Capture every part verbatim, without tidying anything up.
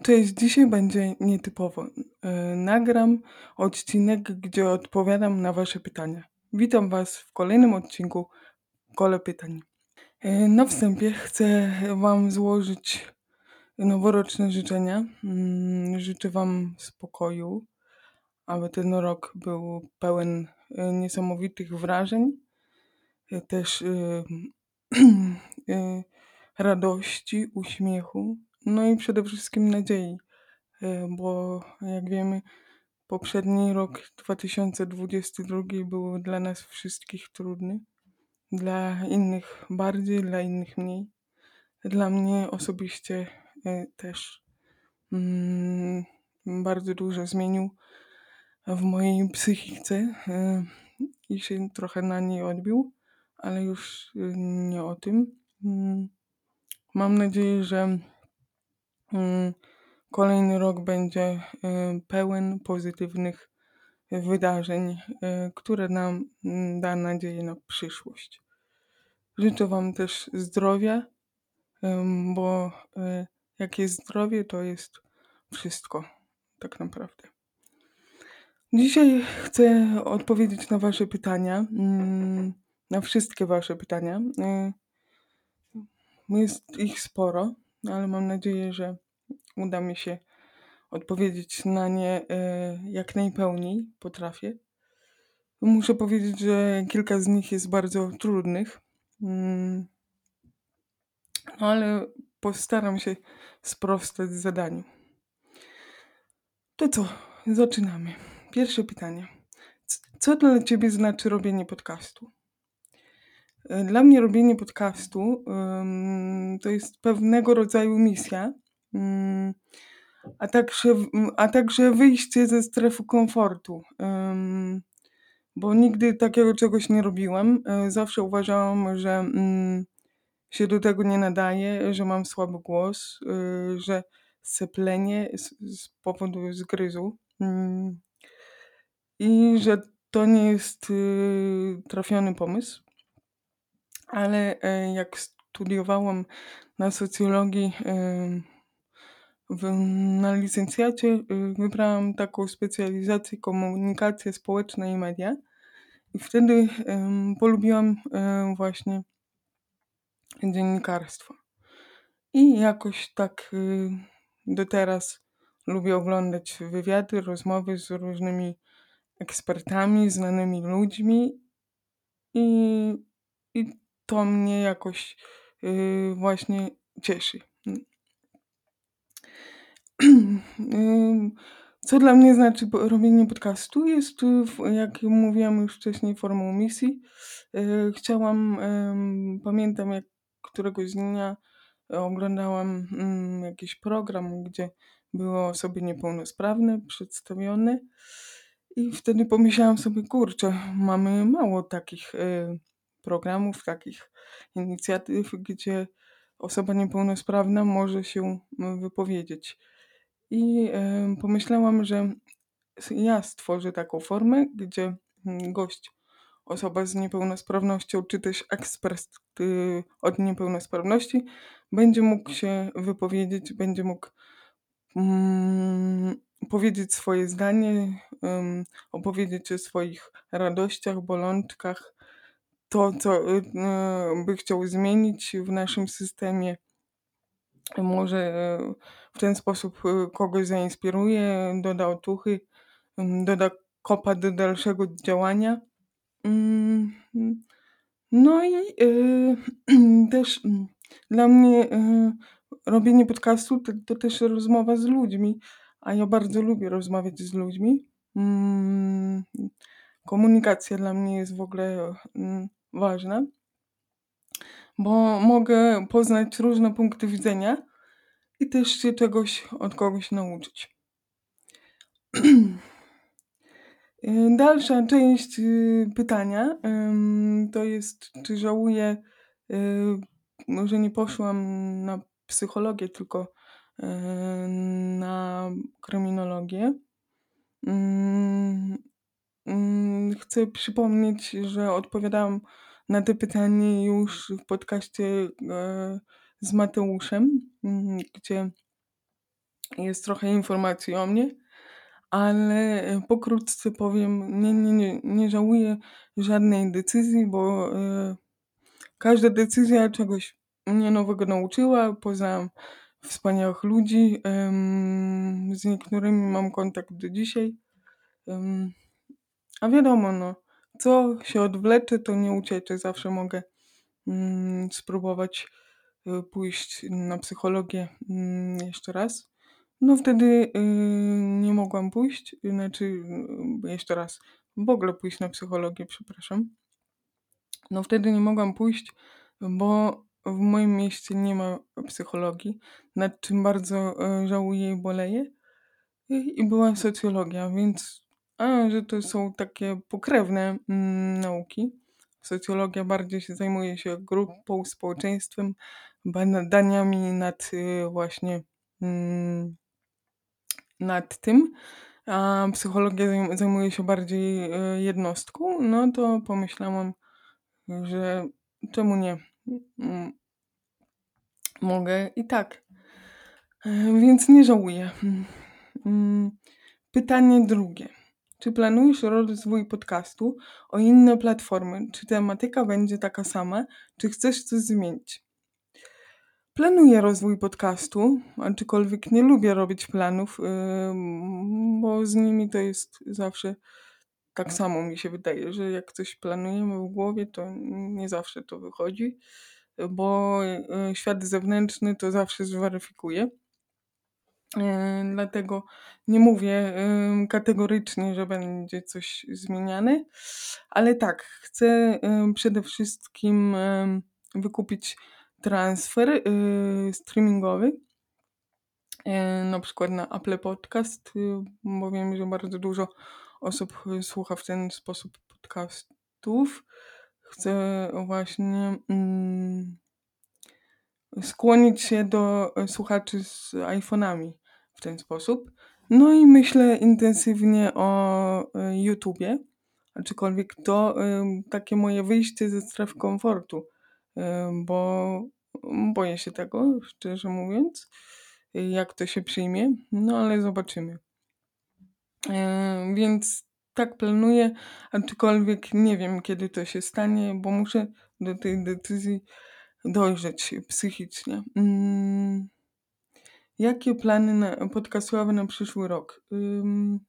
Cześć, dzisiaj będzie nietypowo. E, Nagram odcinek, gdzie odpowiadam na Wasze pytania. Witam Was w kolejnym odcinku Kole Pytań. E, Na wstępie chcę Wam złożyć noworoczne życzenia. Mm, Życzę Wam spokoju, aby ten rok był pełen e, niesamowitych wrażeń, e, też e, e, radości, uśmiechu, no i przede wszystkim nadziei. E, bo jak wiemy, poprzedni rok dwa tysiące dwudziesty drugi był dla nas wszystkich trudny. Dla innych bardziej, dla innych mniej. Dla mnie osobiście e, też mm, bardzo dużo zmienił w mojej psychice e, i się trochę na niej odbił, ale już e, nie o tym. Mm, Mam nadzieję, że mm, kolejny rok będzie e, pełen pozytywnych wydarzeń, e, które nam mm, da nadzieję na przyszłość. Życzę Wam też zdrowia, em, bo e, jak jest zdrowie, to jest wszystko, tak naprawdę. Dzisiaj chcę odpowiedzieć na Wasze pytania, mm, na wszystkie Wasze pytania. E, Jest ich sporo, ale mam nadzieję, że uda mi się odpowiedzieć na nie e, jak najpełniej potrafię. Muszę powiedzieć, że kilka z nich jest bardzo trudnych, mm, no ale postaram się sprostać zadaniu. To co? Zaczynamy. Pierwsze pytanie. C- Co dla Ciebie znaczy robienie podcastu? E, Dla mnie robienie podcastu ym, to jest pewnego rodzaju misja, ym, a także, w- a także wyjście ze strefy komfortu. Ym, bo nigdy takiego czegoś nie robiłam. E, Zawsze uważałam, że mm, się do tego nie nadaję, że mam słaby głos, y, że seplenię z, z powodu zgryzu mm, i że to nie jest y, trafiony pomysł. Ale e, jak studiowałam na socjologii y, w, na licencjacie, y, wybrałam taką specjalizację komunikacja społeczna i media. I wtedy em, polubiłam em, właśnie dziennikarstwo. I jakoś tak y, do teraz lubię oglądać wywiady, rozmowy z różnymi ekspertami, znanymi ludźmi i, i to mnie jakoś y, właśnie cieszy. Ym, Co dla mnie znaczy po- robienie podcastu? Jest, y, w- jak mówiłam już wcześniej, formą misji. Y, Chciałam, em, pamiętam jak któregoś dnia oglądałam mm, jakiś program, gdzie były osoby niepełnosprawne przedstawione i wtedy pomyślałam sobie, kurczę, mamy mało takich y, programów, takich inicjatyw, gdzie osoba niepełnosprawna może się mm, wypowiedzieć. I em, pomyślałam, że s- ja stworzę taką formę, gdzie mm, gość, osoba z niepełnosprawnością, czy też ekspert y, od niepełnosprawności, będzie mógł się wypowiedzieć, będzie mógł mm, powiedzieć swoje zdanie, em, opowiedzieć o swoich radościach, bolączkach, to, co y, y, by chciał zmienić w naszym systemie. Może e, w ten sposób e, kogoś zainspiruje, doda otuchy, mm, doda kopa do dalszego działania. Mm, No i e, też mm, dla mnie e, robienie podcastu to, to też rozmowa z ludźmi, a ja bardzo lubię rozmawiać z ludźmi. Mm, Komunikacja dla mnie jest w ogóle mm, ważna, bo mogę poznać różne punkty widzenia i też się czegoś od kogoś nauczyć. Y, Dalsza część y, pytania ym, to jest, czy żałuję, y, że nie poszłam na psychologię, tylko y, na kryminologię. Ym, ym, Chcę przypomnieć, że odpowiadałam na to pytanie już w podcaście e, z Mateuszem, ym, gdzie jest trochę informacji o mnie, ale e, pokrótce powiem, nie, nie, nie, nie żałuję żadnej decyzji, bo e, każda decyzja czegoś mnie nowego nauczyła. Poznałam wspaniałych ludzi, em, z niektórymi mam kontakt do dzisiaj. Em, a wiadomo, no, co się odwlecze, to nie uciecze. Zawsze mogę mm, spróbować y, pójść na psychologię mm, jeszcze raz. No wtedy y, nie mogłam pójść, y, znaczy y, jeszcze raz, w ogóle pójść na psychologię, przepraszam. No wtedy nie mogłam pójść, bo w moim mieście nie ma psychologii, nad czym bardzo e, żałuję i boleję. I, i była socjologia, więc a, że to są takie pokrewne mm, nauki. Socjologia bardziej się zajmuje się grupą, społeczeństwem, badaniami nad y, właśnie mm, nad tym, a psychologia zajm- zajmuje się bardziej y, jednostką. No to pomyślałam, że czemu nie? Mm, Mogę i tak. E, Więc nie żałuję. Mm, Pytanie drugie. Czy planujesz rozwój podcastu o inne platformy? Czy tematyka będzie taka sama? Czy chcesz coś zmienić? Planuję rozwój podcastu, aczkolwiek nie lubię robić planów, ym, bo z nimi to jest zawsze tak samo mi się wydaje, że jak coś planujemy w głowie, to nie zawsze to wychodzi, bo y, świat zewnętrzny to zawsze zweryfikuje. E, Dlatego nie mówię ym, kategorycznie, że będzie coś zmieniane, ale tak, chcę ym, przede wszystkim ym, wykupić transfer y, streamingowy, e, na przykład na Apple Podcast, y, bo wiem, że bardzo dużo osób y, słucha w ten sposób podcastów. Chcę właśnie mm, skłonić się do e, słuchaczy z iPhone'ami w ten sposób. No i myślę intensywnie o e, YouTubie, aczkolwiek to em, takie moje wyjście ze strefy komfortu, em, bo boję się tego, szczerze mówiąc, y, jak to się przyjmie, no ale zobaczymy. E, Więc tak planuję, aczkolwiek nie wiem, kiedy to się stanie, bo muszę do tej decyzji dojrzeć psychicznie. Mm, Jakie plany na, podcastowe na przyszły rok? Ym,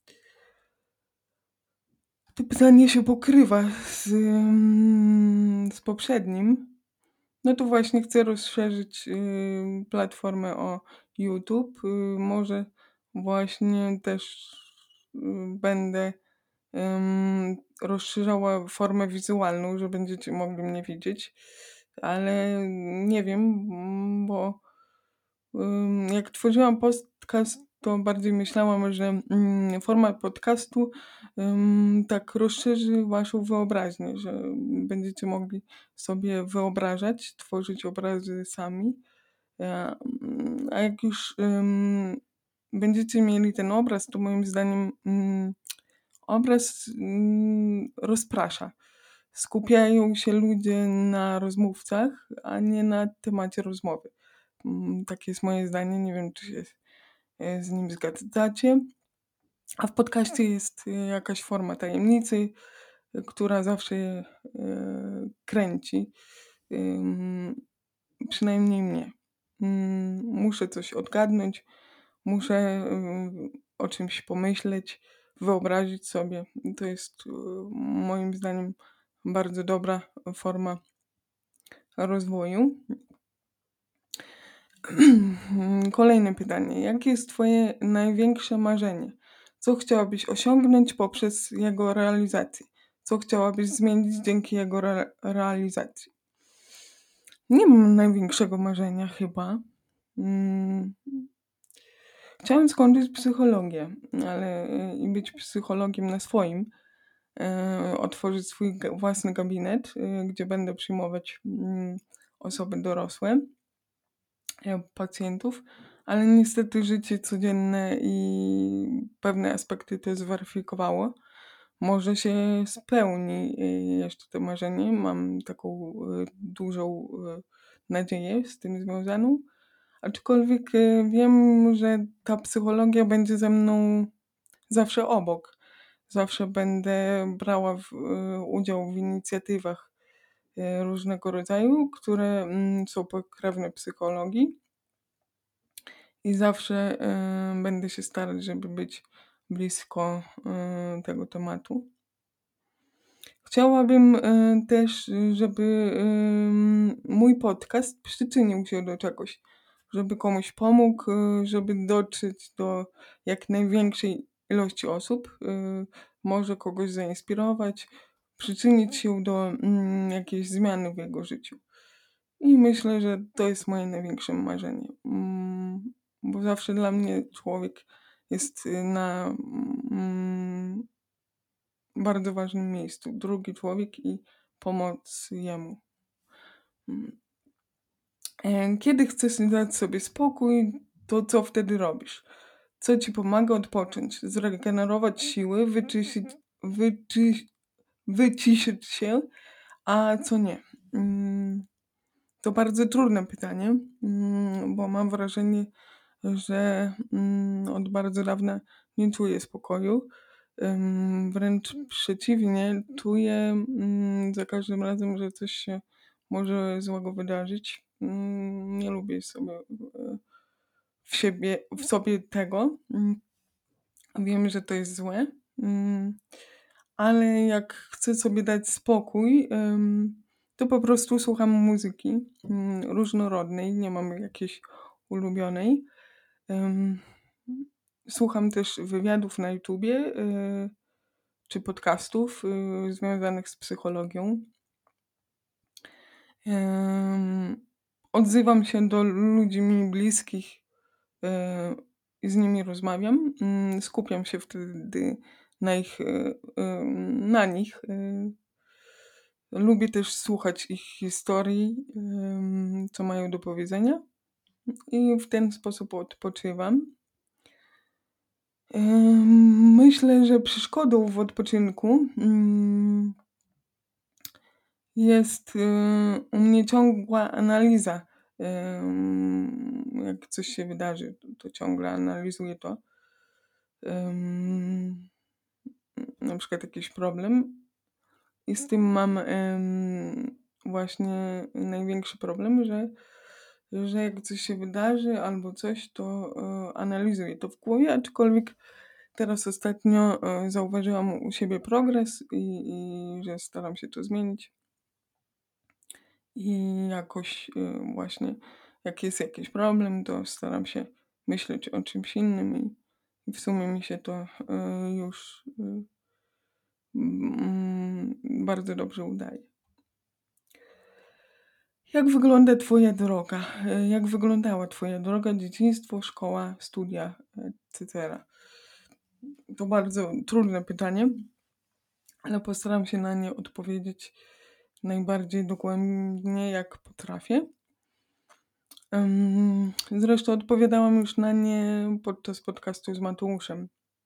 to pytanie się pokrywa z, ym, z poprzednim. No to właśnie chcę rozszerzyć ym, platformę o YouTube. Y, może właśnie też y, będę ym, rozszerzała formę wizualną, że będziecie mogli mnie widzieć, ale nie wiem, mm, bo Ym, jak tworzyłam podcast, to bardziej myślałam, że mm, format podcastu ym, tak rozszerzy waszą wyobraźnię, że będziecie mogli sobie wyobrażać, tworzyć obrazy sami. A, mm, a jak już ym, będziecie mieli ten obraz, to moim zdaniem mm, obraz mm, rozprasza. Skupiają się ludzie na rozmówcach, a nie na temacie rozmowy. Mm, Takie jest moje zdanie. Nie wiem, czy się e, z nim zgadzacie. A w podcaście jest e, jakaś forma tajemnicy, e, która zawsze e, kręci. Ym, Przynajmniej mnie. Mm, Muszę coś odgadnąć, muszę ym, o czymś pomyśleć, wyobrazić sobie. To jest y, moim zdaniem bardzo dobra forma rozwoju. Kolejne pytanie. Jakie jest Twoje największe marzenie? Co chciałabyś osiągnąć poprzez jego realizację? Co chciałabyś zmienić dzięki jego re- realizacji? Nie mam największego marzenia chyba. Mm, Chciałam skończyć psychologię, ale y, i być psychologiem na swoim. y, Otworzyć swój ga- własny gabinet, y, gdzie będę przyjmować mm, osoby dorosłe, e, pacjentów, ale niestety życie codzienne i pewne aspekty to zweryfikowało. Może się spełni y, jeszcze to marzenie. Mam taką y, dużą y, nadzieję z tym związaną, Aczkolwiek, y, wiem, że ta psychologia będzie ze mną zawsze obok. Zawsze będę brała w y, udział w inicjatywach, y, różnego rodzaju, które, mm, są pokrewne psychologii i zawsze, y, będę się starać, żeby być blisko, y, tego tematu. Chciałabym, y, też, y, żeby, ym, mój podcast przyczynił się do czegoś, żeby komuś pomógł, y, żeby dotrzeć do jak największej ilości osób, y, może kogoś zainspirować, przyczynić się do, mm, jakiejś zmiany w jego życiu. I myślę, że to jest moje największe marzenie, mm, bo zawsze dla mnie człowiek jest, y, na, mm bardzo ważnym miejscu. Drugi człowiek i pomoc jemu. Mm. E, Kiedy chcesz dać sobie spokój, to co wtedy robisz? Co ci pomaga odpocząć, zregenerować siły, wyczyścić, wyczy, wyciszyć się, a co nie? Mm, To bardzo trudne pytanie, mm, bo mam wrażenie, że mm, od bardzo dawna nie czuję spokoju. Ym, Wręcz przeciwnie, czuję mm, za każdym razem, że coś się może złego wydarzyć. Mm, Nie lubię sobie e, w siebie, w sobie tego. Mm, Wiem, że to jest złe, mm, ale jak chcę sobie dać spokój, ym, to po prostu słucham muzyki mm, różnorodnej, nie mam jakiejś ulubionej. Ym, Słucham też wywiadów na YouTubie, y, czy podcastów, y, związanych z psychologią. Ym, Odzywam się do ludzi mi bliskich, y, i z nimi rozmawiam. Mm, skupiam się wtedy na ich, y, y, na nich. Y. Lubię też słuchać ich historii, ym, co mają do powiedzenia i w ten sposób odpoczywam. Ym, Myślę, że przeszkodą w odpoczynku, mm, jest, y, u mnie ciągła analiza. Ym, jak coś się wydarzy, to to ciągle analizuję to. Ym, Na przykład jakiś problem i z tym mam, em, właśnie największy problem, że że jak coś się wydarzy albo coś, to, e, analizuję to w głowie, aczkolwiek teraz ostatnio, e, zauważyłam u siebie progres i i że staram się to zmienić. I jakoś, y, właśnie jak jest jakiś problem, to staram się myśleć o czymś innym i i w sumie mi się to, y, już, y, mm, bardzo dobrze udaje. Jak wygląda twoja droga? Y, jak wyglądała twoja droga, dzieciństwo, szkoła, studia, et cetera? To bardzo trudne pytanie, ale postaram się na nie odpowiedzieć najbardziej dogłębnie, jak potrafię. Ym, zresztą odpowiadałam już na nie podczas podcastu z Mateuszem.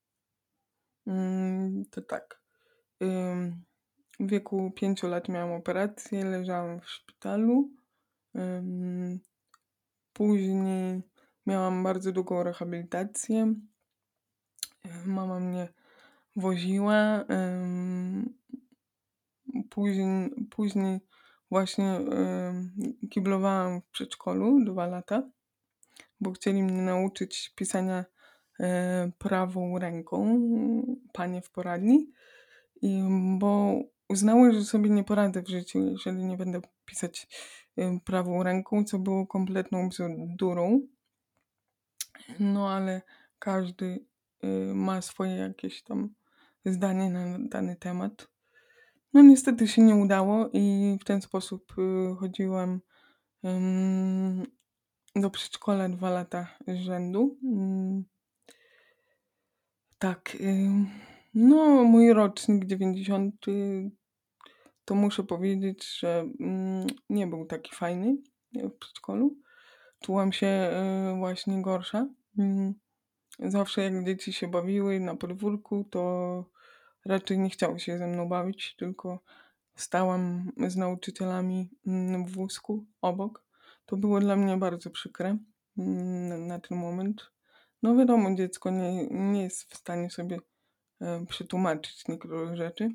Ym, to tak. Ym, w wieku pięciu lat miałam operację, leżałam w szpitalu. Ym, Później miałam bardzo długą rehabilitację. Ym, Mama mnie woziła. Ym, Później, później właśnie ym, kiblowałam w przedszkolu dwa lata, bo chcieli mnie nauczyć pisania e, prawą ręką, panie w poradni, i bo uznały, że sobie nie poradzę w życiu, jeżeli nie będę pisać e, prawą ręką, co było kompletną bzdurą. No ale każdy e, ma swoje jakieś tam zdanie na dany temat. No niestety się nie udało i w ten sposób e, chodziłam em, do przedszkola dwa lata z rzędu. Mm, Tak, ym, no mój rocznik dziewięćdziesiąty, to muszę powiedzieć, że mm, nie był taki fajny e, w przedszkolu. Czułam się e, właśnie gorsza. Mm, Zawsze jak dzieci się bawiły na podwórku, to raczej nie chciało się ze mną bawić, tylko stałam z nauczycielami mm, w wózku obok. To było dla mnie bardzo przykre. mm, na na ten moment. No wiadomo, dziecko nie nie jest w stanie sobie, e, przetłumaczyć niektórych rzeczy.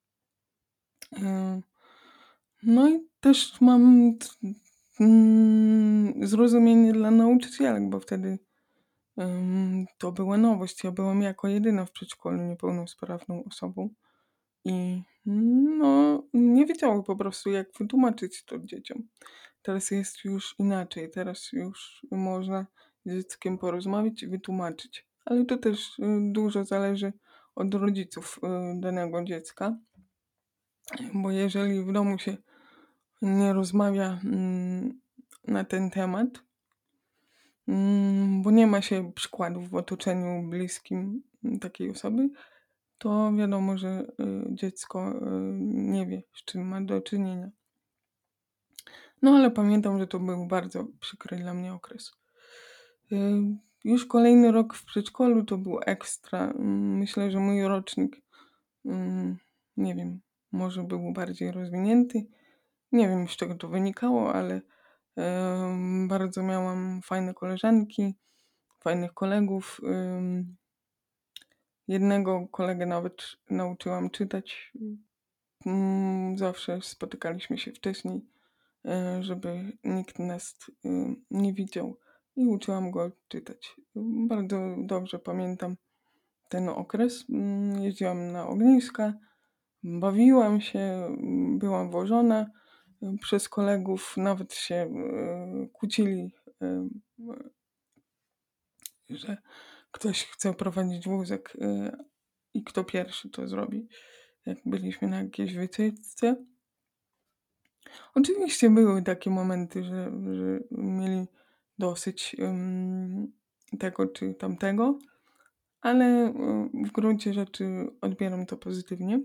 E, no i też mam t mm, zrozumienie dla nauczycielek, bo wtedy, ym, to była nowość. Ja byłam jako jedyna w przedszkolu niepełnosprawną osobą i, no, nie wiedziały po prostu, jak wytłumaczyć to dzieciom. Teraz jest już inaczej. Teraz już można z dzieckiem porozmawiać i wytłumaczyć. Ale to też, y, dużo zależy od rodziców, y, danego dziecka, bo jeżeli w domu się nie rozmawia, mm, na ten temat, mm, bo nie ma się przykładów w otoczeniu bliskim, mm, takiej osoby, to wiadomo, że, y, dziecko, y, nie wie, z czym ma do czynienia. No ale pamiętam, że to był bardzo przykry dla mnie okres. Y, już kolejny rok w przedszkolu to był ekstra. Mm, myślę, że mój rocznik, mm, nie wiem, może był bardziej rozwinięty. Nie wiem, z czego to wynikało, ale, em, bardzo miałam fajne koleżanki, fajnych kolegów. Ym, jednego kolegę nawet nauczyłam czytać. Mm, zawsze spotykaliśmy się wcześniej, e, żeby nikt nas, y, nie widział i uczyłam go czytać. Bardzo dobrze pamiętam ten okres. Mm, jeździłam na ogniska, bawiłam się, mm, byłam wożona, y, przez kolegów, nawet się, y, kłócili, y, że ktoś chce prowadzić wózek, y, i kto pierwszy to zrobi, jak byliśmy na jakiejś wycieczce. Oczywiście były takie momenty, że że mieli dosyć, ym, tego czy tamtego, ale, y, w gruncie rzeczy odbieram to pozytywnie.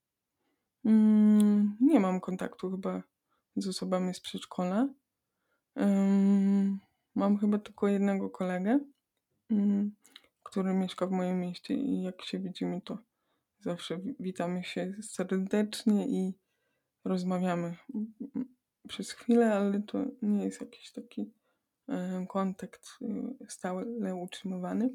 Hm, nie mam kontaktu chyba z osobami z przedszkola. Ym, mam chyba tylko jednego kolegę, hm, który mieszka w moim mieście i jak się widzimy, to zawsze wi witamy się serdecznie i rozmawiamy, mm, przez chwilę, ale to nie jest jakiś taki, e, kontakt, y, stale utrzymywany.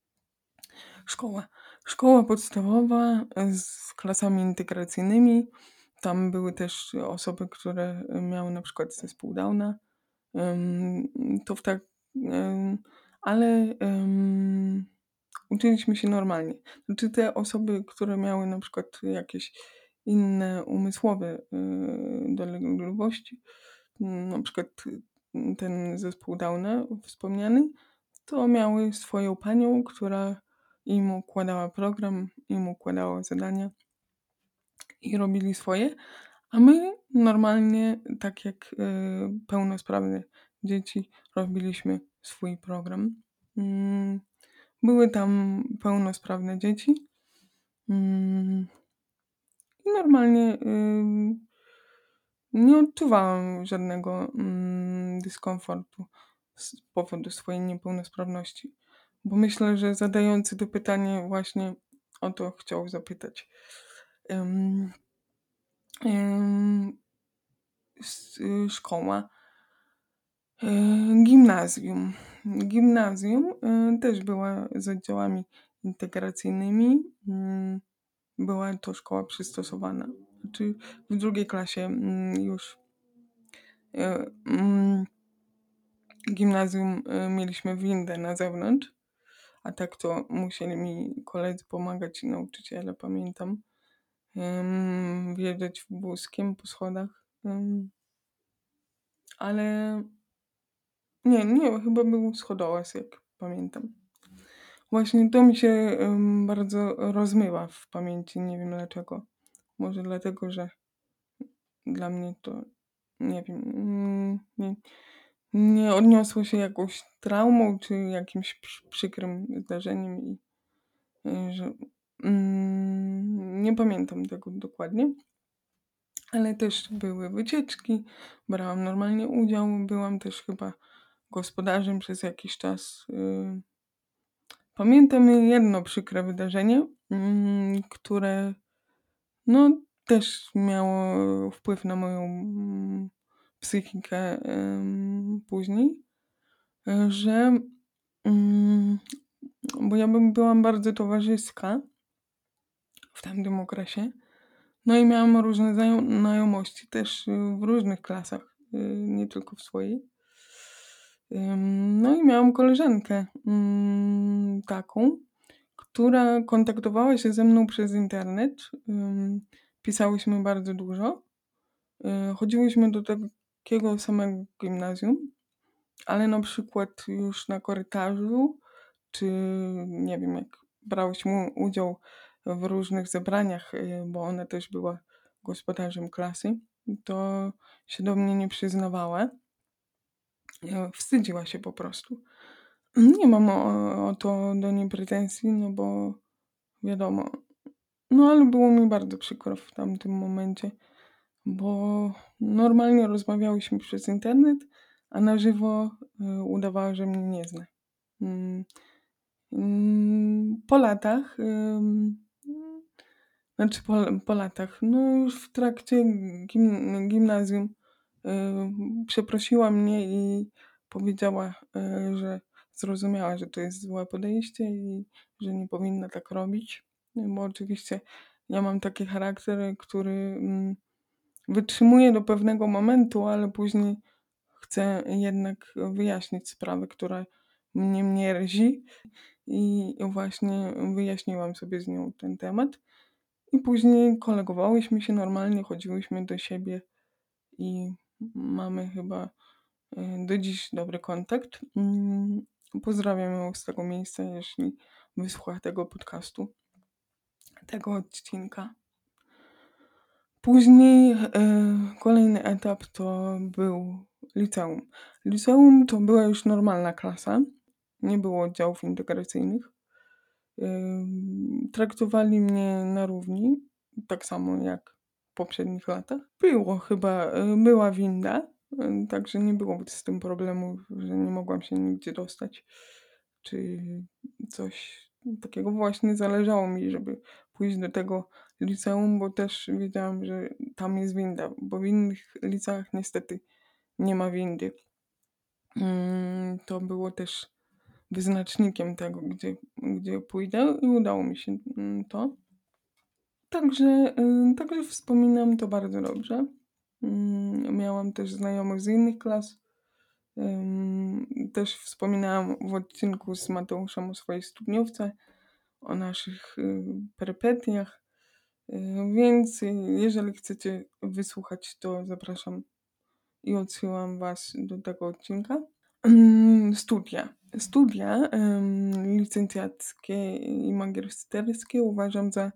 Szkoła. Szkoła podstawowa, e, z klasami integracyjnymi. Tam były też osoby, które, y, miały na przykład zespół Downa. Ym, to w tak ym, ale, ym, uczyliśmy się normalnie. Znaczy te osoby, które miały na przykład jakieś inne umysłowe, yy, dolegliwości, mm, na przykład, y, ten zespół Downa wspomniany, to miały swoją panią, która im układała program, im układała zadania i robili swoje, a my normalnie, tak jak, y, pełnosprawne dzieci, robiliśmy swój program. Mm, były tam pełnosprawne dzieci. Mm, i normalnie, ym, nie odczuwałam żadnego, mm, dyskomfortu z powodu swojej niepełnosprawności, bo myślę, że zadający to pytanie właśnie o to chciał zapytać. Ym, ym, s y, szkoła. Yy, gimnazjum. Gimnazjum, y, też była z oddziałami integracyjnymi. Mm, była to szkoła przystosowana. Znaczy w drugiej klasie, mm, już, y, mm, gimnazjum, y, mieliśmy windę na zewnątrz, a tak to musieli mi koledzy pomagać i nauczyciele, pamiętam, ym, wjeżdżać wózkiem po schodach, ym, ale nie, nie, chyba był schodołaz, jak pamiętam. Właśnie to mi się, ym, bardzo rozmywa w pamięci, nie wiem dlaczego. Może dlatego, że dla mnie to, nie wiem, mm, nie nie odniosło się jakąś traumą czy jakimś przy przykrym zdarzeniem i, y, że, mm, nie pamiętam tego dokładnie. Ale też były wycieczki, brałam normalnie udział, byłam też chyba gospodarzem przez jakiś czas. Y, pamiętam jedno przykre wydarzenie, mm, które, no, też miało wpływ na moją, mm, psychikę, ym, później. y, że mm, bo ja bym byłam bardzo towarzyska w tamtym okresie. No i miałam różne znajo znajomości też, y, w różnych klasach, y, nie tylko w swojej. Ym, no i miałam koleżankę, mm, taką, która kontaktowała się ze mną przez internet. Ym, pisałyśmy bardzo dużo. Y, chodziłyśmy do takiego samego gimnazjum, ale na przykład już na korytarzu, czy nie wiem, jak brałyśmy udział w różnych zebraniach, y, bo ona też była gospodarzem klasy, to się do mnie nie przyznawała. Y, Wstydziła się po prostu. Nie mam o, o to do niej pretensji, no bo wiadomo. No ale było mi bardzo przykro w tamtym momencie, bo normalnie rozmawiałyśmy przez internet, a na żywo y, udawała, że mnie nie zna. Mm, mm, Po latach, ym, znaczy po, po latach, no już w trakcie gim, gimnazjum y, przeprosiła mnie i powiedziała, y, że zrozumiała, że to jest złe podejście i że nie powinna tak robić. No, bo oczywiście ja mam taki charakter, który mm, wytrzymuje do pewnego momentu, ale później chcę jednak wyjaśnić sprawę, która mnie mierzi i właśnie wyjaśniłam sobie z nią ten temat. I później kolegowałyśmy się normalnie, chodziłyśmy do siebie i mamy chyba e, do dziś dobry kontakt. Mm, Pozdrawiam ją z tego miejsca, jeśli wysłucha tego podcastu, tego odcinka. Później e, kolejny etap to był liceum. Liceum to była już normalna klasa, nie było oddziałów integracyjnych. Ym, traktowali mnie na równi, tak samo jak w poprzednich latach. Było chyba, y, była winda, y, także nie było z tym problemu, że nie mogłam się nigdzie dostać, czy coś takiego. Właśnie zależało mi, żeby pójść do tego liceum, bo też wiedziałam, że tam jest winda, bo w innych liceach niestety nie ma windy. Ym, To było też wyznacznikiem tego, gdzie, gdzie pójdę i udało mi się mm, to. Także, y, także wspominam to bardzo dobrze. Mm, Miałam też znajomych z innych klas. Ym, Też wspominałam w odcinku z Mateuszem o swojej studniówce, o naszych y, perypetiach. Y, Więc y, jeżeli chcecie wysłuchać, to zapraszam i odsyłam Was do tego odcinka. Mm, Studia. Studia em, licencjackie i magisterskie uważam za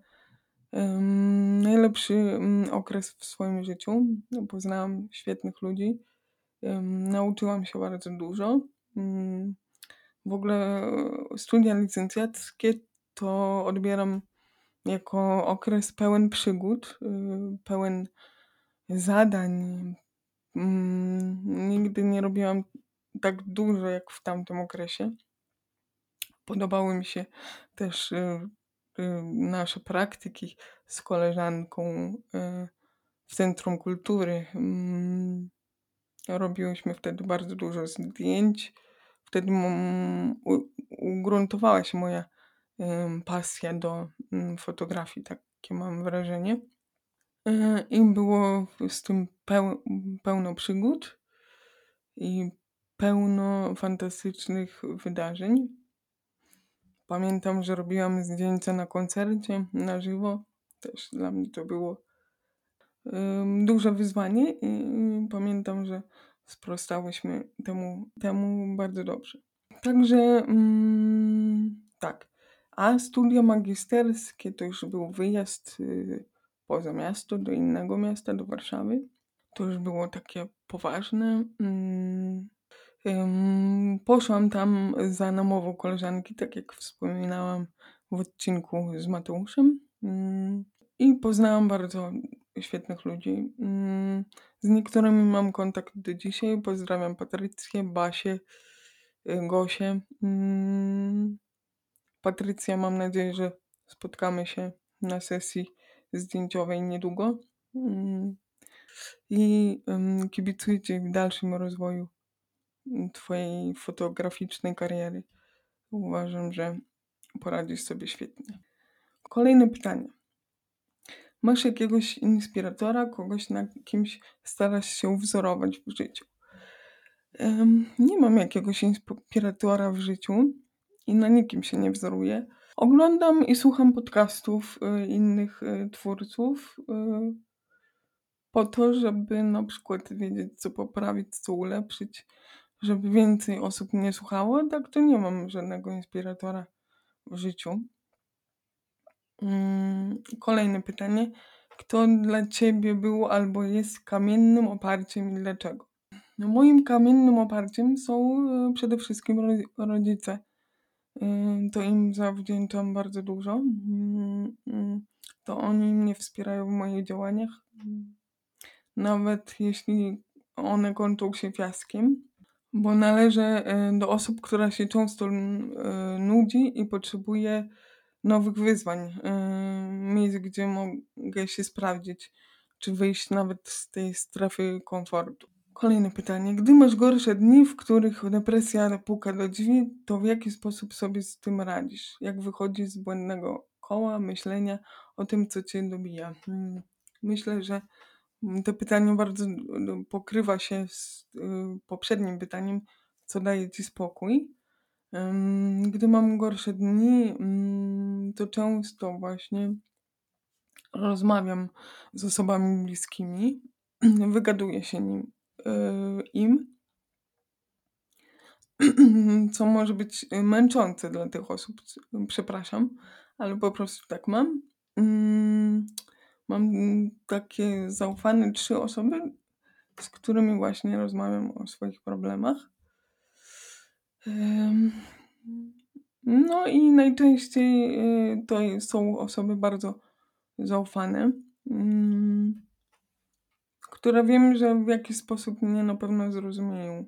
em, najlepszy mm, okres w swoim życiu. Poznałam świetnych ludzi, em, nauczyłam się bardzo dużo. Mm, W ogóle e, studia licencjackie to odbieram jako okres pełen przygód, y, pełen zadań. Mm, Nigdy nie robiłam tak dużo jak w tamtym okresie. Podobały mi się też y, y, nasze praktyki z koleżanką y, w Centrum Kultury. Mm, Robiłyśmy wtedy bardzo dużo zdjęć. Wtedy mm, u- ugruntowała się moja ym, pasja do mm, fotografii, takie mam wrażenie. Y, I było z tym peł- pełno przygód i pełno fantastycznych wydarzeń. Pamiętam, że robiłam zdjęcia na koncercie na żywo. Też dla mnie to było ym, duże wyzwanie i pamiętam, że sprostałyśmy temu, temu bardzo dobrze. Także mm, tak. A studia magisterskie to już był wyjazd y, poza miasto, do innego miasta, do Warszawy. To już było takie poważne. Mm, ym, Poszłam tam za namową koleżanki, tak jak wspominałam w odcinku z Mateuszem. Ym, I poznałam bardzo świetnych ludzi. Ym, Z niektórymi mam kontakt do dzisiaj. Pozdrawiam Patrycję, Basię, y, Gosię. Ym, Patrycja, mam nadzieję, że spotkamy się na sesji zdjęciowej niedługo. Ym, I ym, kibicujcie w dalszym rozwoju twojej fotograficznej kariery. Uważam, że poradzisz sobie świetnie. Kolejne pytanie. Masz jakiegoś inspiratora, kogoś, na kimś starasz się wzorować w życiu? Em, nie mam jakiegoś inspiratora w życiu i na nikim się nie wzoruję. Oglądam i słucham podcastów y, innych y, twórców y, po to, żeby na przykład wiedzieć, co poprawić, co ulepszyć, żeby więcej osób mnie słuchało. Tak to nie mam żadnego inspiratora w życiu. Mm, Kolejne pytanie. Kto dla ciebie był albo jest kamiennym oparciem i dlaczego? No, moim kamiennym oparciem są y, przede wszystkim ro- rodzice. Y, To im zawdzięczam bardzo dużo. Mm, mm, To oni mnie wspierają w moich działaniach, mm, nawet jeśli one kończą się fiaskiem, bo należę y, do osób, która się często y, nudzi i potrzebuje nowych wyzwań, y, miejsc, gdzie mogę się sprawdzić, czy wyjść nawet z tej strefy komfortu. Kolejne pytanie. Gdy masz gorsze dni, w których depresja puka do drzwi, to w jaki sposób sobie z tym radzisz? Jak wychodzisz z błędnego koła myślenia o tym, co cię dobija? Hmm, Myślę, że mm, to pytanie bardzo y, pokrywa się z y, poprzednim pytaniem, co daje ci spokój. Ym, Gdy mam gorsze dni, mm, to często właśnie rozmawiam z osobami bliskimi, wygaduję się nim, y, im, co może być y, męczące dla tych osób, c- przepraszam, ale po prostu tak mam. Mm, Mam mm, takie zaufane trzy osoby, z którymi właśnie rozmawiam o swoich problemach. Em, No i najczęściej y, to są osoby bardzo zaufane, mm, które wiem, że w jakiś sposób mnie na pewno zrozumieją.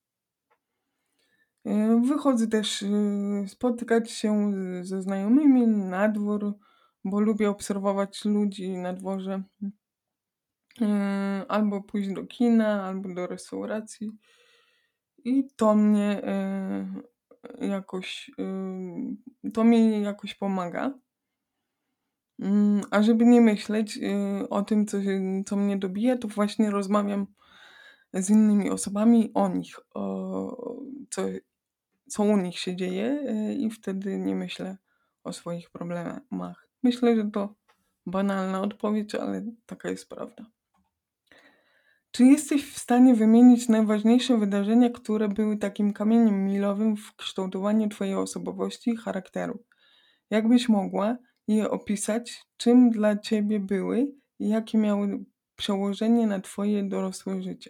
Y, Wychodzę też y, spotykać się z- ze znajomymi na dwór, bo lubię obserwować ludzi na dworze. Y, Albo pójść do kina, albo do restauracji. I to mnie y, jakoś, y, to mi jakoś pomaga. Mm, A żeby nie myśleć y, o tym, co, się, co mnie dobija, to właśnie rozmawiam z innymi osobami o nich, o co, co u nich się dzieje y, i wtedy nie myślę o swoich problemach. Myślę, że to banalna odpowiedź, ale taka jest prawda. Czy jesteś w stanie wymienić najważniejsze wydarzenia, które były takim kamieniem milowym w kształtowaniu twojej osobowości i charakteru? Jakbyś mogła je opisać, czym dla ciebie były i jakie miały przełożenie na twoje dorosłe życie?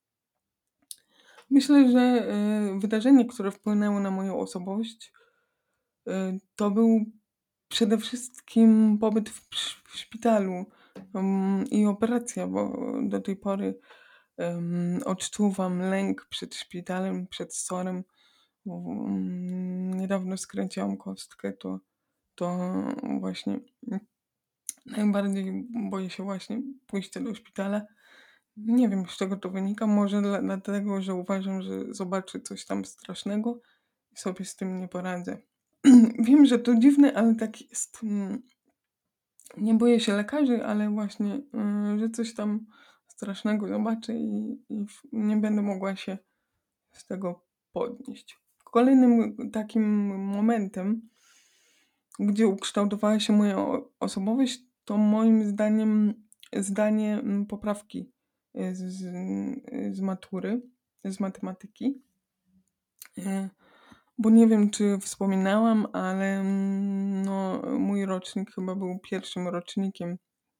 Myślę, że y, wydarzenie, które wpłynęło na moją osobowość, y, to był przede wszystkim pobyt w, sz- w szpitalu ym, i operacja, bo do tej pory ym, odczuwam lęk przed szpitalem, przed sorem. Bo, ym, niedawno skręciłam kostkę, to, to właśnie najbardziej boję się właśnie pójścia do szpitala. Nie wiem, z czego to wynika. Może dla, dlatego, że uważam, że zobaczę coś tam strasznego i sobie z tym nie poradzę. Wiem, że to dziwne, ale tak jest. Mm, Nie boję się lekarzy, ale właśnie, y, że coś tam strasznego zobaczę i, i w- nie będę mogła się z tego podnieść. Kolejnym takim momentem, gdzie ukształtowała się moja o- osobowość, to moim zdaniem zdanie mm, poprawki y, z, z, y, z matury, z matematyki. Y, Bo nie wiem, czy wspominałam, ale mm, no, mój rocznik chyba był pierwszym rocznikiem,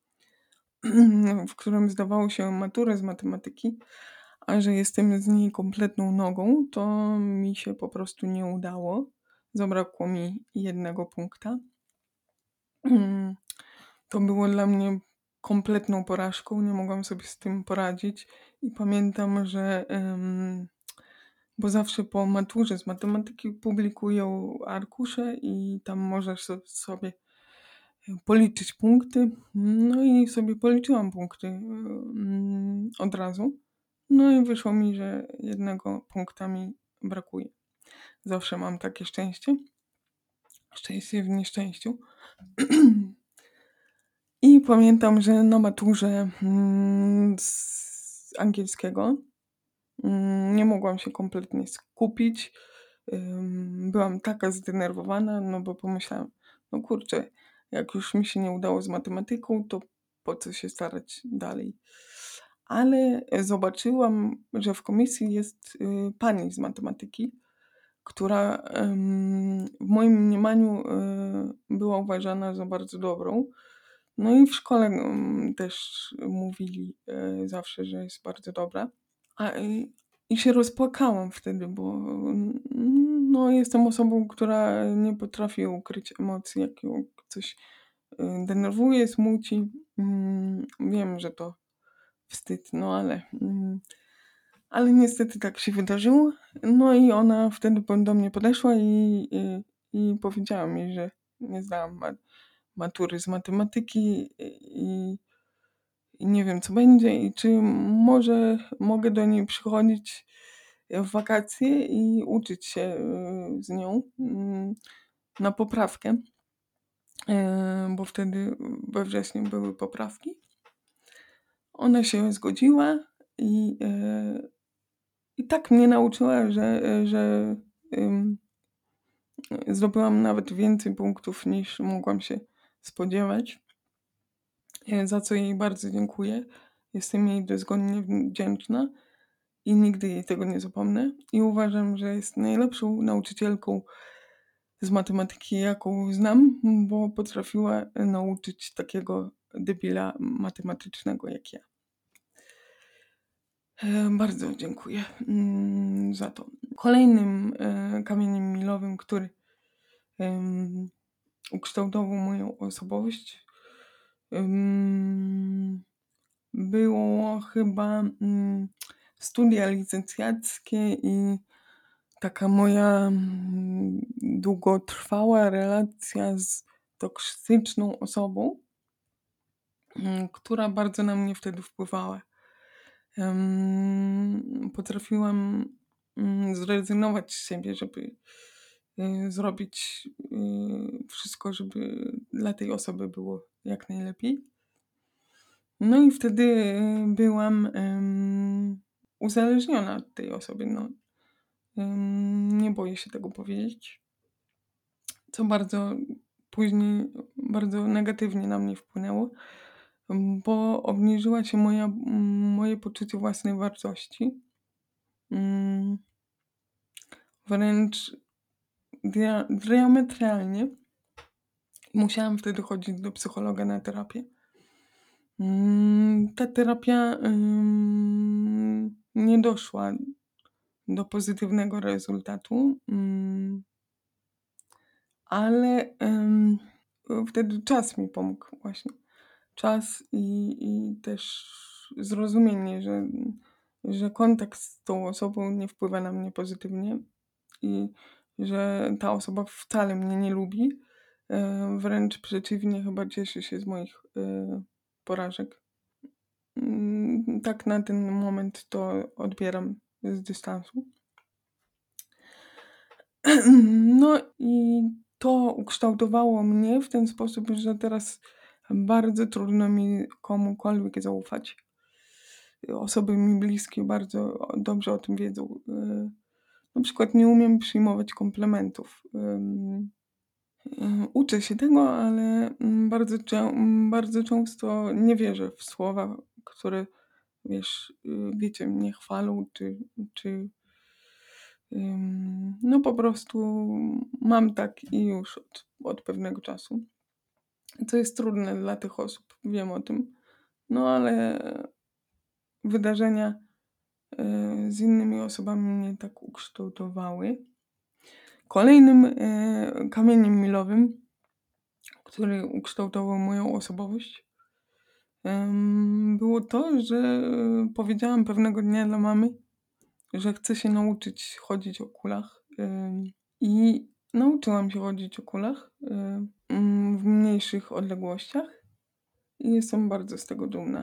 w którym zdawało się maturę z matematyki, a że jestem z niej kompletną nogą, to mi się po prostu nie udało. Zabrakło mi jednego punkta. To było dla mnie kompletną porażką, nie mogłam sobie z tym poradzić i pamiętam, że em, bo zawsze po maturze z matematyki publikują arkusze i tam możesz so- sobie policzyć punkty. No i sobie policzyłam punkty mm, od razu. No i wyszło mi, że jednego punkta mi brakuje. Zawsze mam takie szczęście. Szczęście w nieszczęściu. I pamiętam, że na maturze mm, z angielskiego mm, nie mogłam się kompletnie skupić. Ym, Byłam taka zdenerwowana, no bo pomyślałam, no kurczę, jak już mi się nie udało z matematyką, to po co się starać dalej? Ale zobaczyłam, że w komisji jest y, pani z matematyki, która em, w moim mniemaniu y, była uważana za bardzo dobrą. No i w szkole mm, też mówili e, zawsze, że jest bardzo dobra. A, i, I się rozpłakałam wtedy, bo mm, no, jestem osobą, która nie potrafi ukryć emocji, jak ją coś e, denerwuje, smuci. Mm, Wiem, że to wstyd, no ale, mm, ale niestety tak się wydarzyło. No i ona wtedy po- do mnie podeszła i, i, i powiedziała mi, że nie zdałam ma- matury z matematyki i, i nie wiem, co będzie i czy może mogę do niej przychodzić w wakacje i uczyć się y, z nią mm, na poprawkę, y, bo wtedy we wrześniu były poprawki. Ona się zgodziła i, y, i tak mnie nauczyła, że, że ym, zdobyłam nawet więcej punktów niż mogłam się spodziewać, y, za co jej bardzo dziękuję. Jestem jej dozgonnie wdzięczna i nigdy jej tego nie zapomnę. I uważam, że jest najlepszą nauczycielką z matematyki, jaką znam, bo potrafiła nauczyć takiego debila matematycznego jak ja. E, Bardzo dziękuję mm, za to. Kolejnym e, kamieniem milowym, który em, ukształtował moją osobowość, em, było chyba mm, studia licencjackie i taka moja mm, długotrwała relacja z toksyczną osobą, mm, która bardzo na mnie wtedy wpływała. Em, potrafiłam mm, zrezygnować z siebie, żeby y, zrobić y, wszystko, żeby dla tej osoby było jak najlepiej. No i wtedy y, byłam em, uzależniona od tej osoby. No. Em, nie boję się tego powiedzieć, co bardzo później bardzo negatywnie na mnie wpłynęło, bo obniżyła się moja, moje poczucie własnej wartości. Mm, Wręcz dia- diametralnie. Musiałam wtedy chodzić do psychologa na terapię. Mm, Ta terapia ym, nie doszła do pozytywnego rezultatu, ym, ale ym, wtedy czas mi pomógł właśnie. Czas i, i też zrozumienie, że, że kontakt z tą osobą nie wpływa na mnie pozytywnie i że ta osoba wcale mnie nie lubi. E, Wręcz przeciwnie, chyba cieszy się z moich e, porażek. Mm, Tak na ten moment to odbieram z dystansu. No i to ukształtowało mnie w ten sposób, że teraz bardzo trudno mi komukolwiek zaufać. Osoby mi bliskie bardzo dobrze o tym wiedzą. E, Na przykład nie umiem przyjmować komplementów. Ym, y, Uczę się tego, ale mm, bardzo, czę- mm, bardzo często nie wierzę w słowa, które wiesz, y, wiecie, mnie chwalą, czy, czy ym, no po prostu mam tak i już od, od pewnego czasu. Co jest trudne dla tych osób, wiem o tym. No ale wydarzenia y, z innymi osobami mnie tak ukształtowały. Kolejnym y, kamieniem milowym, który ukształtował moją osobowość, ym, było to, że y, powiedziałam pewnego dnia dla mamy, że chcę się nauczyć chodzić o kulach. Ym, I nauczyłam się chodzić o kulach y, ym, w mniejszych odległościach i jestem bardzo z tego dumna.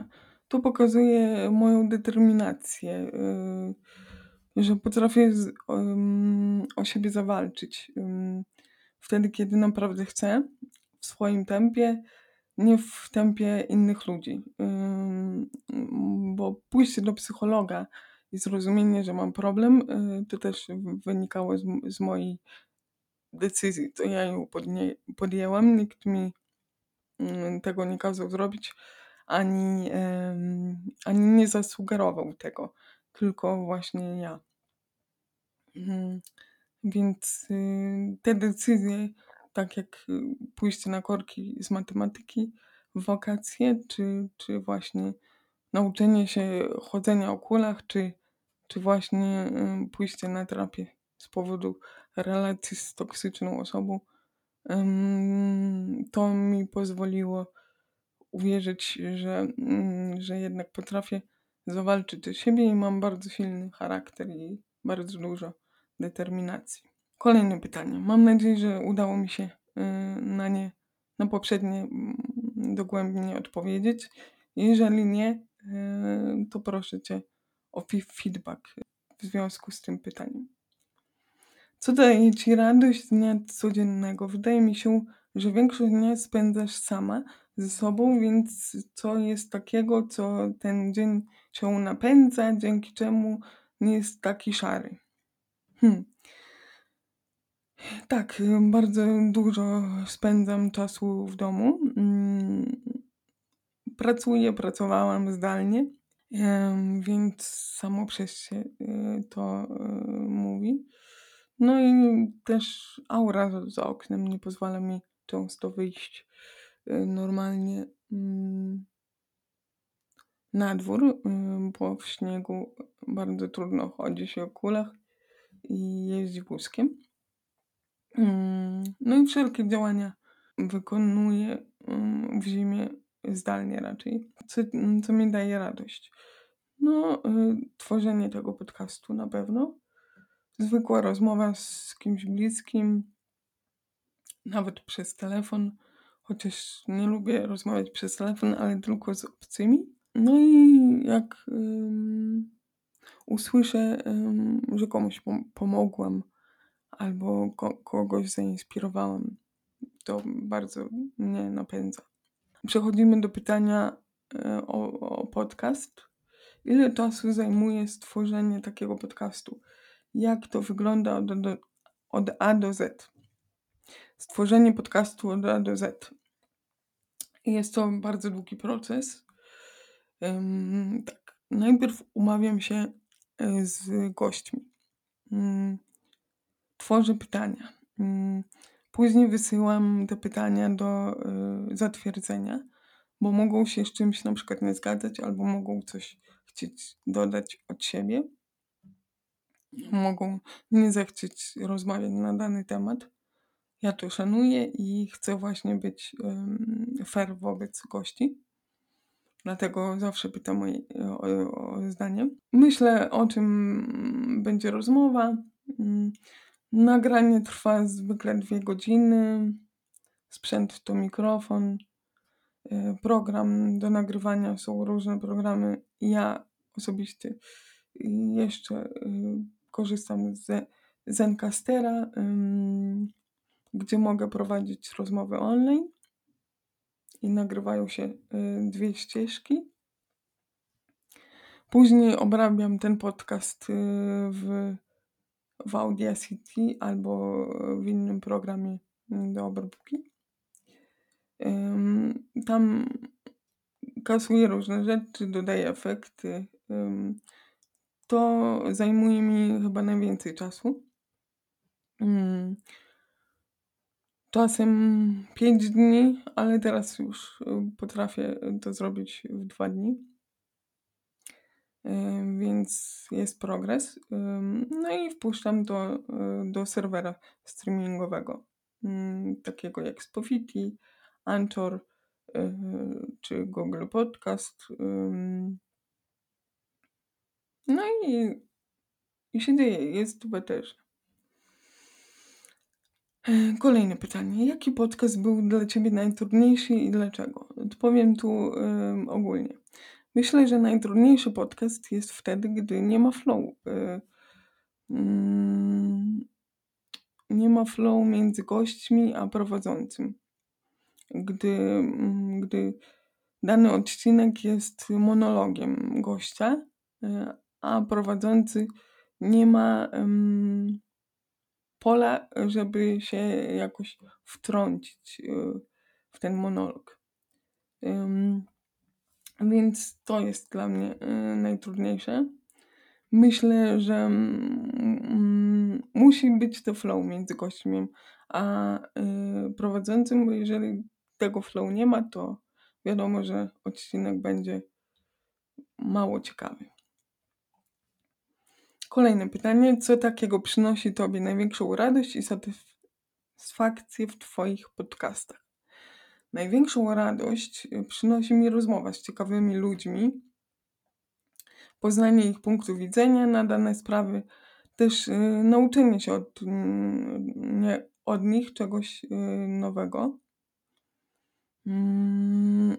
To pokazuje moją determinację, yy, że potrafię z ym, o siebie zawalczyć, ym, wtedy, kiedy naprawdę chcę, w swoim tempie, nie w tempie innych ludzi. Ym, bo pójście do psychologa i zrozumienie, że mam problem, yy, to też w wynikało z m z mojej decyzji. To ja ją podnie podjęłam, nikt mi, mm, tego nie kazał zrobić, ani, em, ani nie zasugerował tego, tylko właśnie ja. Mhm. Więc, y, te decyzje, tak jak, y, pójście na korki z matematyki w wakacje, czy czy właśnie nauczenie się chodzenia o kulach, czy czy właśnie, y, pójście na terapię z powodu relacji z toksyczną osobą, ym, to mi pozwoliło uwierzyć, że, mm, że jednak potrafię zawalczyć o siebie i mam bardzo silny charakter i bardzo dużo determinacji. Kolejne pytanie. Mam nadzieję, że udało mi się, y, na nie na poprzednie, mm, dogłębnie odpowiedzieć. Jeżeli nie, y, to proszę cię o fi feedback w związku z tym pytaniem. Co daje ci radość z dnia codziennego? Wydaje mi się, że większość dnia spędzasz sama ze sobą, więc co jest takiego, co ten dzień cię napędza, dzięki czemu nie jest taki szary? Hmm. Tak, y, bardzo dużo spędzam czasu w domu. Mm, pracuję, pracowałam zdalnie, em, więc samo przez się y, to y, mówi. No i też aura za za oknem nie pozwala mi często wyjść y, normalnie mm, na dwór, y, bo w śniegu bardzo trudno chodzi się o kulach i jeździ wózkiem. Mm, No i wszelkie działania wykonuję mm, w zimie zdalnie raczej, co, mm, co mi daje radość. No, y, tworzenie tego podcastu na pewno. Zwykła rozmowa z kimś bliskim, nawet przez telefon, chociaż nie lubię rozmawiać przez telefon, ale tylko z obcymi. No i jak ym, usłyszę, ym, że komuś pom- pomogłam albo ko- kogoś zainspirowałam, to bardzo mnie napędza. Przechodzimy do pytania e, o, o podcast. Ile czasu zajmuje stworzenie takiego podcastu? Jak to wygląda od, do, od A do Z? Stworzenie podcastu od A do Z. Jest to bardzo długi proces. Ym, tak. Najpierw umawiam się e, z gośćmi. Ym, Tworzę pytania. Ym, Później wysyłam te pytania do y, zatwierdzenia, bo mogą się z czymś na przykład nie zgadzać, albo mogą coś chcieć dodać od siebie. Mogą nie zechcieć rozmawiać na dany temat. Ja to szanuję i chcę właśnie być ym, fair wobec gości. Dlatego zawsze pytam o, o, o zdanie. Myślę, o czym będzie rozmowa. Ym, Nagranie trwa zwykle dwie godziny. Sprzęt to mikrofon. y, Program do nagrywania, są różne programy. Ja osobiście jeszcze y, korzystam z Zencastera, ym, gdzie mogę prowadzić rozmowy online i nagrywają się y, dwie ścieżki. Później obrabiam ten podcast y, w, w Audacity albo w innym programie y, do obróbki. Ym, Tam kasuję różne rzeczy, dodaję efekty. Ym, To zajmuje mi chyba najwięcej czasu. Ym, Czasem pięć dni, ale teraz już y, potrafię to zrobić w dwa dni. Ym, Więc jest progres. Ym, No i wpuszczam to y, do serwera streamingowego, ym, takiego jak Spotify, Anchor y, czy Google Podcast. ym. No i, i się dzieje, jest beterze. E, Kolejne pytanie. Jaki podcast był dla ciebie najtrudniejszy i dlaczego? Odpowiem tu ym, ogólnie. Myślę, że najtrudniejszy podcast jest wtedy, gdy nie ma flow. Y, mm, nie ma flow między gośćmi a prowadzącym. Gdy, mm, gdy dany odcinek jest monologiem gościa, y, a prowadzący nie ma em, pola, żeby się jakoś wtrącić y, w ten monolog. Ym, Więc to jest dla mnie y, najtrudniejsze. Myślę, że mm, musi być to flow między gośćmi a y, prowadzącym, bo jeżeli tego flow nie ma, to wiadomo, że odcinek będzie mało ciekawy. Kolejne pytanie. Co takiego przynosi Tobie największą radość i satysfakcję w Twoich podcastach? Największą radość y, przynosi mi rozmowa z ciekawymi ludźmi, poznanie ich punktu widzenia na dane sprawy, też y, nauczenie się od, mm, nie, od nich czegoś y, nowego. Mm,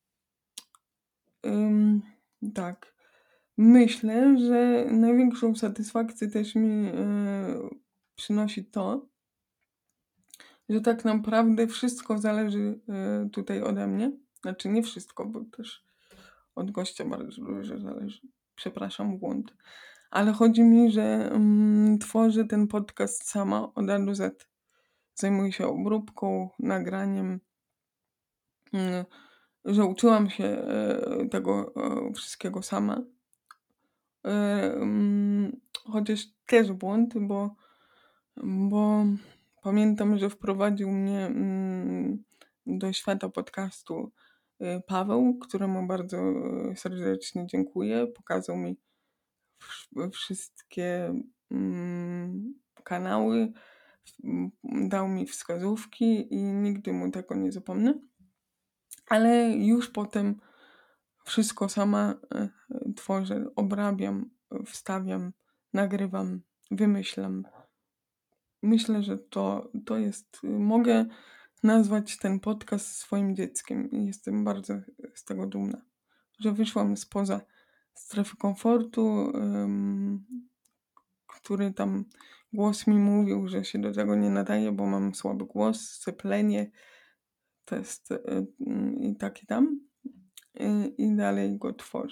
ym, tak. Myślę, że największą satysfakcję też mi y, przynosi to, że tak naprawdę wszystko zależy y, tutaj ode mnie. Znaczy nie wszystko, bo też od gościa bardzo dużo zależy. Przepraszam, błąd. Ale chodzi mi, że mm, tworzę ten podcast sama od A do Z. Zajmuję się obróbką, nagraniem, mm, że uczyłam się e, tego e, wszystkiego sama. E, mm, Chociaż też błąd, bo, bo pamiętam, że wprowadził mnie mm, do świata podcastu e, Paweł, któremu bardzo e, serdecznie dziękuję. Pokazał mi wsz- wszystkie mm, kanały, m, dał mi wskazówki i nigdy mu tego nie zapomnę. Ale już potem wszystko sama e, tworzę, obrabiam, wstawiam, nagrywam, wymyślam. Myślę, że to, to jest, mogę nazwać ten podcast swoim dzieckiem i jestem bardzo z tego dumna, że wyszłam spoza strefy komfortu, em, który tam głos mi mówił, że się do tego nie nadaje, bo mam słaby głos, syplenie, to jest y, y, i tak i tam. Y, I dalej go tworzę.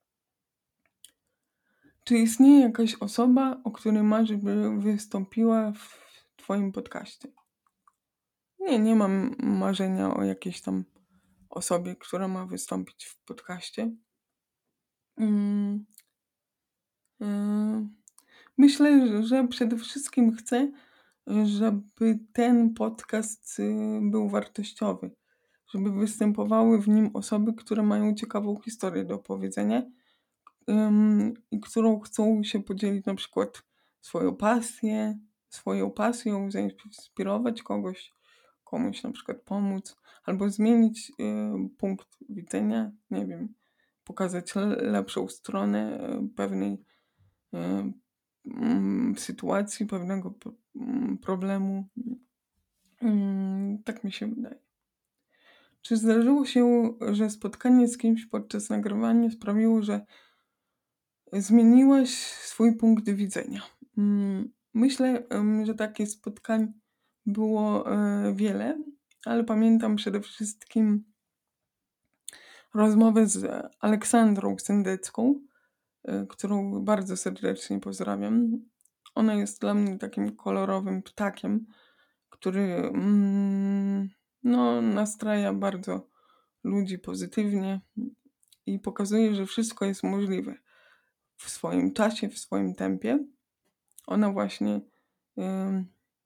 Czy istnieje jakaś osoba, o której masz, by wystąpiła w Twoim podcaście? Nie, nie mam marzenia o jakiejś tam osobie, która ma wystąpić w podcaście. Mm, y, Myślę, że- że przede wszystkim chcę, żeby ten podcast y, był wartościowy, żeby występowały w nim osoby, które mają ciekawą historię do opowiedzenia ym, i którą chcą się podzielić na przykład swoją pasję, swoją pasją, zainspirować kogoś, komuś na przykład pomóc, albo zmienić y, punkt widzenia, nie wiem, pokazać le- lepszą stronę y, pewnej y, mm, sytuacji, pewnego p- mm, problemu. Mm, tak mi się wydaje. Czy zdarzyło się, że spotkanie z kimś podczas nagrywania sprawiło, że zmieniłaś swój punkt widzenia? Mm, Myślę, em, że takich spotkań było e, wiele, ale pamiętam przede wszystkim rozmowę z Aleksandrą Sendecką, e, którą bardzo serdecznie pozdrawiam. Ona jest dla mnie takim kolorowym ptakiem, który mm, no, nastraja bardzo ludzi pozytywnie i pokazuje, że wszystko jest możliwe w swoim czasie, w swoim tempie. Ona właśnie ym,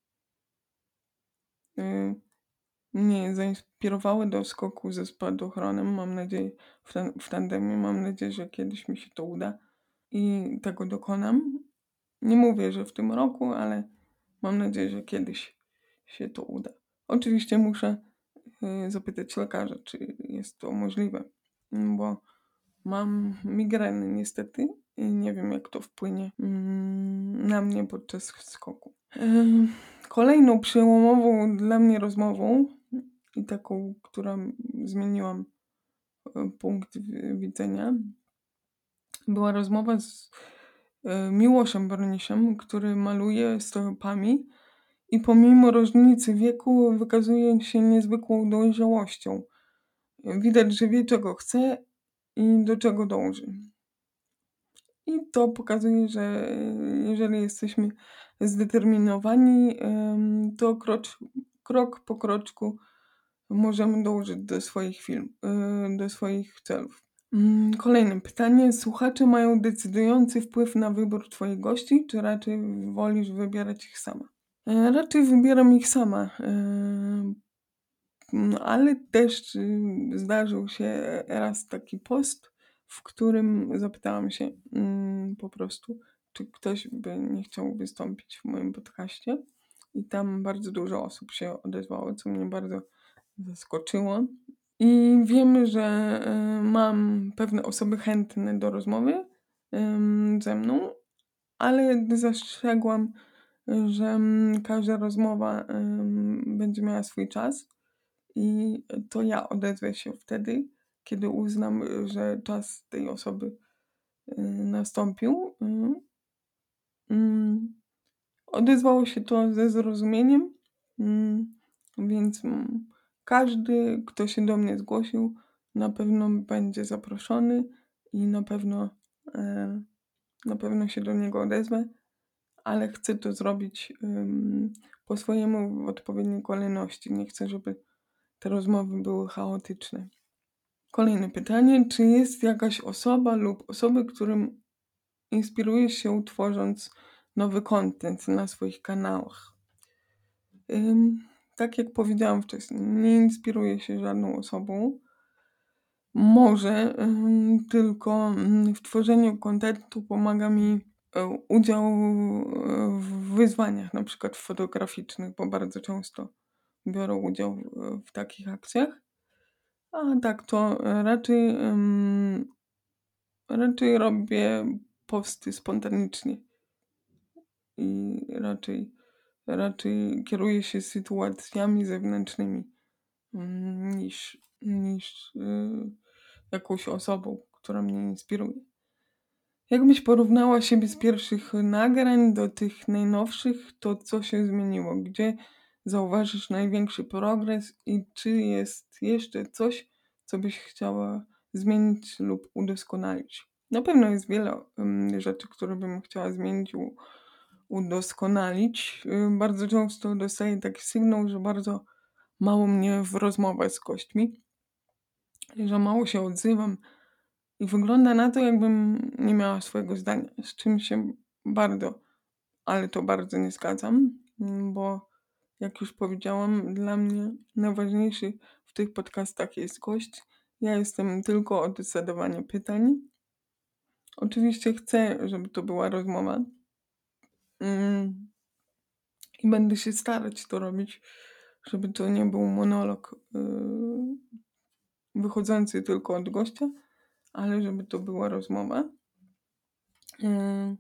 y, mnie zainspirowała do skoku ze spadochronem. Mam nadzieję, w, ten, w tandemie, mam nadzieję, że kiedyś mi się to uda i tego dokonam. Nie mówię, że w tym roku, ale mam nadzieję, że kiedyś się to uda. Oczywiście muszę y, zapytać lekarza, czy jest to możliwe, mm, bo mam migreny niestety i nie wiem, jak to wpłynie mm, na mnie podczas skoku. Ym, Kolejną przełomową dla mnie rozmową i taką, która zmieniłam e, punkt wi widzenia. Była rozmowa z, e, Miłoszem Bornisiem, który maluje stopami i pomimo różnicy wieku wykazuje się niezwykłą dojrzałością. Widać, że wie, czego chce i do czego dąży. I to pokazuje, że jeżeli jesteśmy zdeterminowani, em, to krocz krok po kroczku możemy dążyć do swoich film y, do swoich celów. Mm, kolejne pytanie. Słuchacze mają decydujący wpływ na wybór twoich gości, czy raczej wolisz wybierać ich sama? E, raczej wybieram ich sama, em, no, ale też y, zdarzył się raz taki post, w którym zapytałam się mm, po prostu, czy ktoś by nie chciał wystąpić w moim podcaście. I tam bardzo dużo osób się odezwało, co mnie bardzo zaskoczyło. I wiemy, że y, mam pewne osoby chętne do rozmowy ym, ze mną, ale zastrzegłam, y, że mm, każda rozmowa ym, będzie miała swój czas i to ja odezwę się wtedy, kiedy uznam, y, że czas tej osoby y, nastąpił. Y, mm, Odezwało się to ze zrozumieniem, mm, więc mm, każdy, kto się do mnie zgłosił, na pewno będzie zaproszony i na pewno, e, na pewno się do niego odezwę, ale chcę to zrobić ym, po swojemu w odpowiedniej kolejności. Nie chcę, żeby te rozmowy były chaotyczne. Kolejne pytanie. Czy jest jakaś osoba lub osoby, którym inspirujesz się tworząc nowy content na swoich kanałach? Ym, tak jak powiedziałam wcześniej, nie inspiruję się żadną osobą. Może ym, tylko mm, w tworzeniu kontentu pomaga mi e, udział e, w wyzwaniach, na przykład fotograficznych, bo bardzo często biorę udział w, w takich akcjach. A tak to e, raczej, ym, raczej robię posty spontanicznie i raczej, raczej kieruję się sytuacjami zewnętrznymi mm, niż, niż y, jakąś osobą, która mnie inspiruje. Jakbyś porównała siebie z pierwszych nagrań do tych najnowszych, to co się zmieniło? Gdzie zauważysz największy progres i czy jest jeszcze coś, co byś chciała zmienić lub udoskonalić? Na pewno jest wiele um, rzeczy, które bym chciała zmienić, u, udoskonalić. Y, bardzo często dostaję taki sygnał, że bardzo mało mnie w rozmowach z gośćmi, że mało się odzywam i wygląda na to, jakbym nie miała swojego zdania, z czym się bardzo, ale to bardzo nie zgadzam, mm, bo jak już powiedziałam, dla mnie najważniejszy w tych podcastach jest gość. Ja jestem tylko od zadawania pytań. Oczywiście chcę, żeby to była rozmowa mm, i będę się starać to robić, żeby to nie był monolog yy, wychodzący tylko od gościa, ale żeby to była rozmowa. Yy,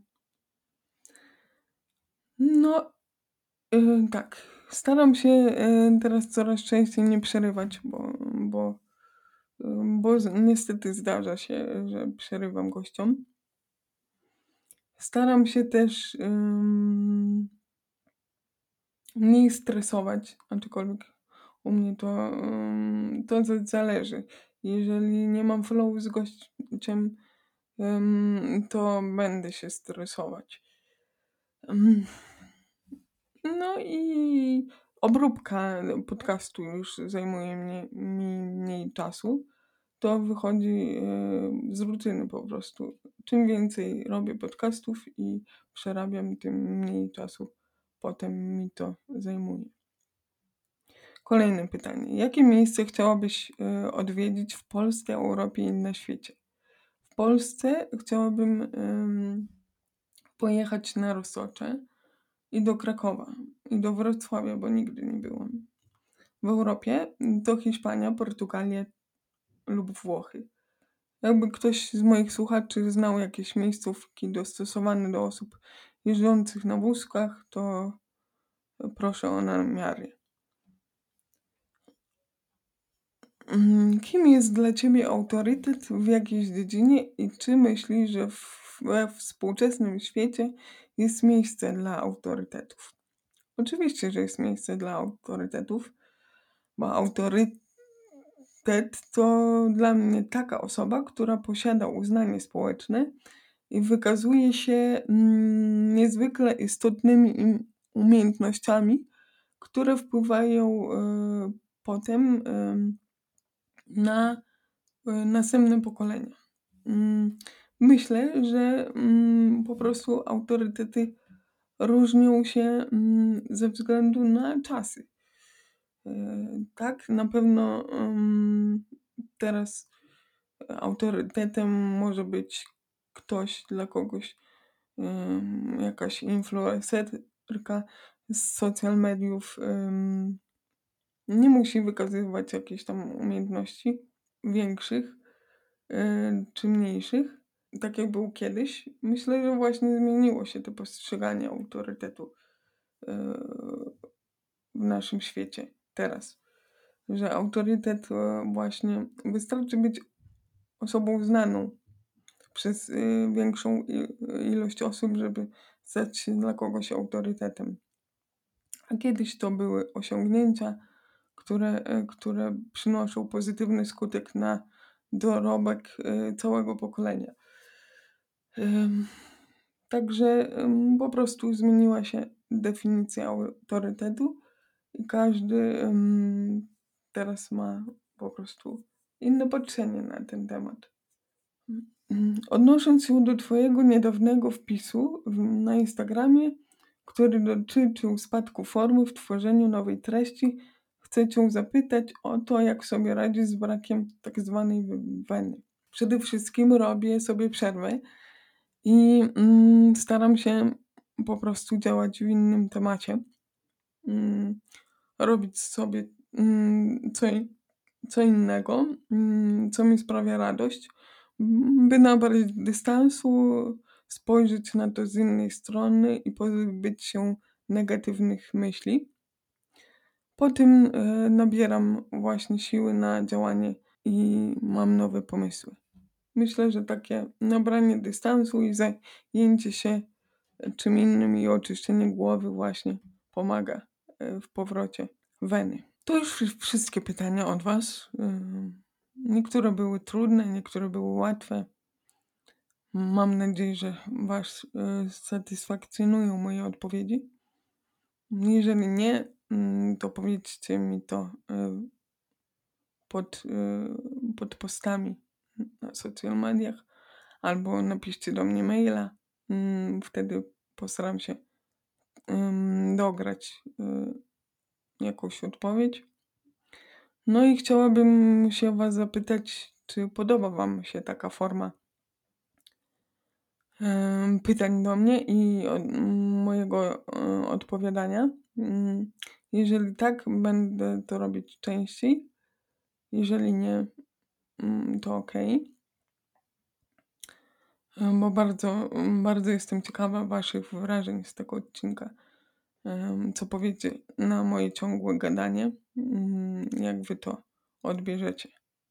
No, yy, tak. Staram się yy, teraz coraz częściej nie przerywać, bo, bo, yy, bo z- niestety zdarza się, że przerywam gościom. Staram się też ym, mniej stresować, aczkolwiek u mnie to, ym, to z- zależy. Jeżeli nie mam flow z gościem, ym, to będę się stresować. Ym, No i obróbka podcastu już zajmuje mnie mi mniej czasu. To wychodzi e, z rutyny po prostu. Czym więcej robię podcastów i przerabiam, tym mniej czasu potem mi to zajmuje. Kolejne pytanie. Jakie miejsce chciałabyś e, odwiedzić w Polsce, Europie i na świecie? W Polsce chciałabym em, pojechać na Roztocze i do Krakowa, i do Wrocławia, bo nigdy nie byłam. W Europie to Hiszpania, Portugalia lub Włochy. Jakby ktoś z moich słuchaczy znał jakieś miejscówki dostosowane do osób jeżdżących na wózkach, to proszę o namiary. Mm, Kim jest dla ciebie autorytet w jakiejś dziedzinie i czy myślisz, że w, we współczesnym świecie jest miejsce dla autorytetów? Oczywiście, że jest miejsce dla autorytetów, bo autorytet to dla mnie taka osoba, która posiada uznanie społeczne i wykazuje się mm, niezwykle istotnymi im- umiejętnościami, które wpływają e, potem em, na e, następne pokolenia. Mm, Myślę, że mm, po prostu autorytety różnią się mm, ze względu na czasy. E, Tak, na pewno em, teraz autorytetem może być ktoś dla kogoś, em, jakaś influencerka z social mediów. em, Nie musi wykazywać jakichś tam umiejętności większych e, czy mniejszych, tak jak był kiedyś. Myślę, że właśnie zmieniło się to postrzeganie autorytetu e, w naszym świecie teraz. Że autorytet e, właśnie wystarczy być osobą znaną przez y, większą i- ilość osób, żeby stać się dla kogoś autorytetem. A kiedyś to były osiągnięcia, które, e, które przynoszą pozytywny skutek na dorobek e, całego pokolenia. Ym, Także ym, po prostu zmieniła się definicja autorytetu i każdy ym, teraz ma po prostu inne patrzenie na ten temat. Mm, Odnosząc się do Twojego niedawnego wpisu w- na Instagramie, który dotyczył spadku formy w tworzeniu nowej treści, chcę Cię zapytać o to, jak sobie radzisz z brakiem tak zwanej weny. Przede wszystkim robię sobie przerwę i mm, staram się po prostu działać w innym temacie. Mm, Robić sobie mm, co, i- co innego, mm, co mi sprawia radość, mm, by nabrać dystansu, spojrzeć na to z innej strony i pozbyć się negatywnych myśli. Po tym e, nabieram właśnie siły na działanie i mam nowe pomysły. Myślę, że takie nabranie dystansu i zajęcie się czym innym i oczyszczenie głowy właśnie pomaga e, w powrocie weny. To już wszy- wszystkie pytania od Was. Ym, Niektóre były trudne, niektóre były łatwe. Mam nadzieję, że Was e, satysfakcjonują moje odpowiedzi. Jeżeli nie, mm, to powiedzcie mi to e, pod, e, pod postami na social mediach albo napiszcie do mnie maila. Mm, Wtedy postaram się ym, dograć y, jakąś odpowiedź. No i chciałabym się Was zapytać, czy podoba Wam się taka forma em, pytań do mnie i od, mojego e, odpowiadania. Mm, Jeżeli tak, będę to robić częściej. Jeżeli nie, mm, to ok. Bo bardzo, bardzo jestem ciekawa Waszych wrażeń z tego odcinka. Em, Co powiecie na moje ciągłe gadanie, mm, jak Wy to odbierzecie.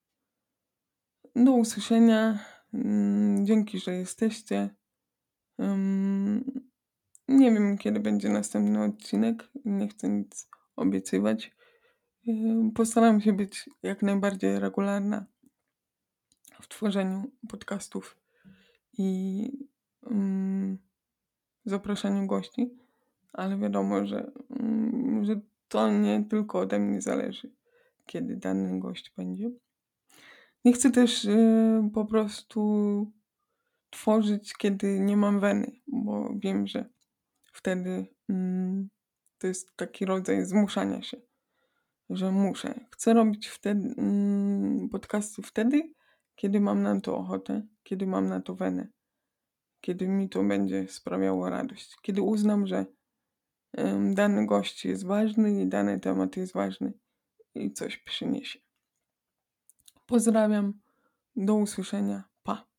Do usłyszenia. Mm, Dzięki, że jesteście. Ym, Nie wiem, kiedy będzie następny odcinek. Nie chcę nic obiecywać. Ym, Postaram się być jak najbardziej regularna w tworzeniu podcastów i ym, zapraszaniu gości, ale wiadomo, że, ym, że to nie tylko ode mnie zależy, kiedy dany gość będzie. Nie chcę też y, po prostu tworzyć, kiedy nie mam weny, bo wiem, że wtedy mm, to jest taki rodzaj zmuszania się, że muszę. Chcę robić wtedy mm, podcasty wtedy, kiedy mam na to ochotę, kiedy mam na to wenę, kiedy mi to będzie sprawiało radość, kiedy uznam, że em, dany gość jest ważny i dany temat jest ważny i coś przyniesie. Pozdrawiam, do usłyszenia, pa.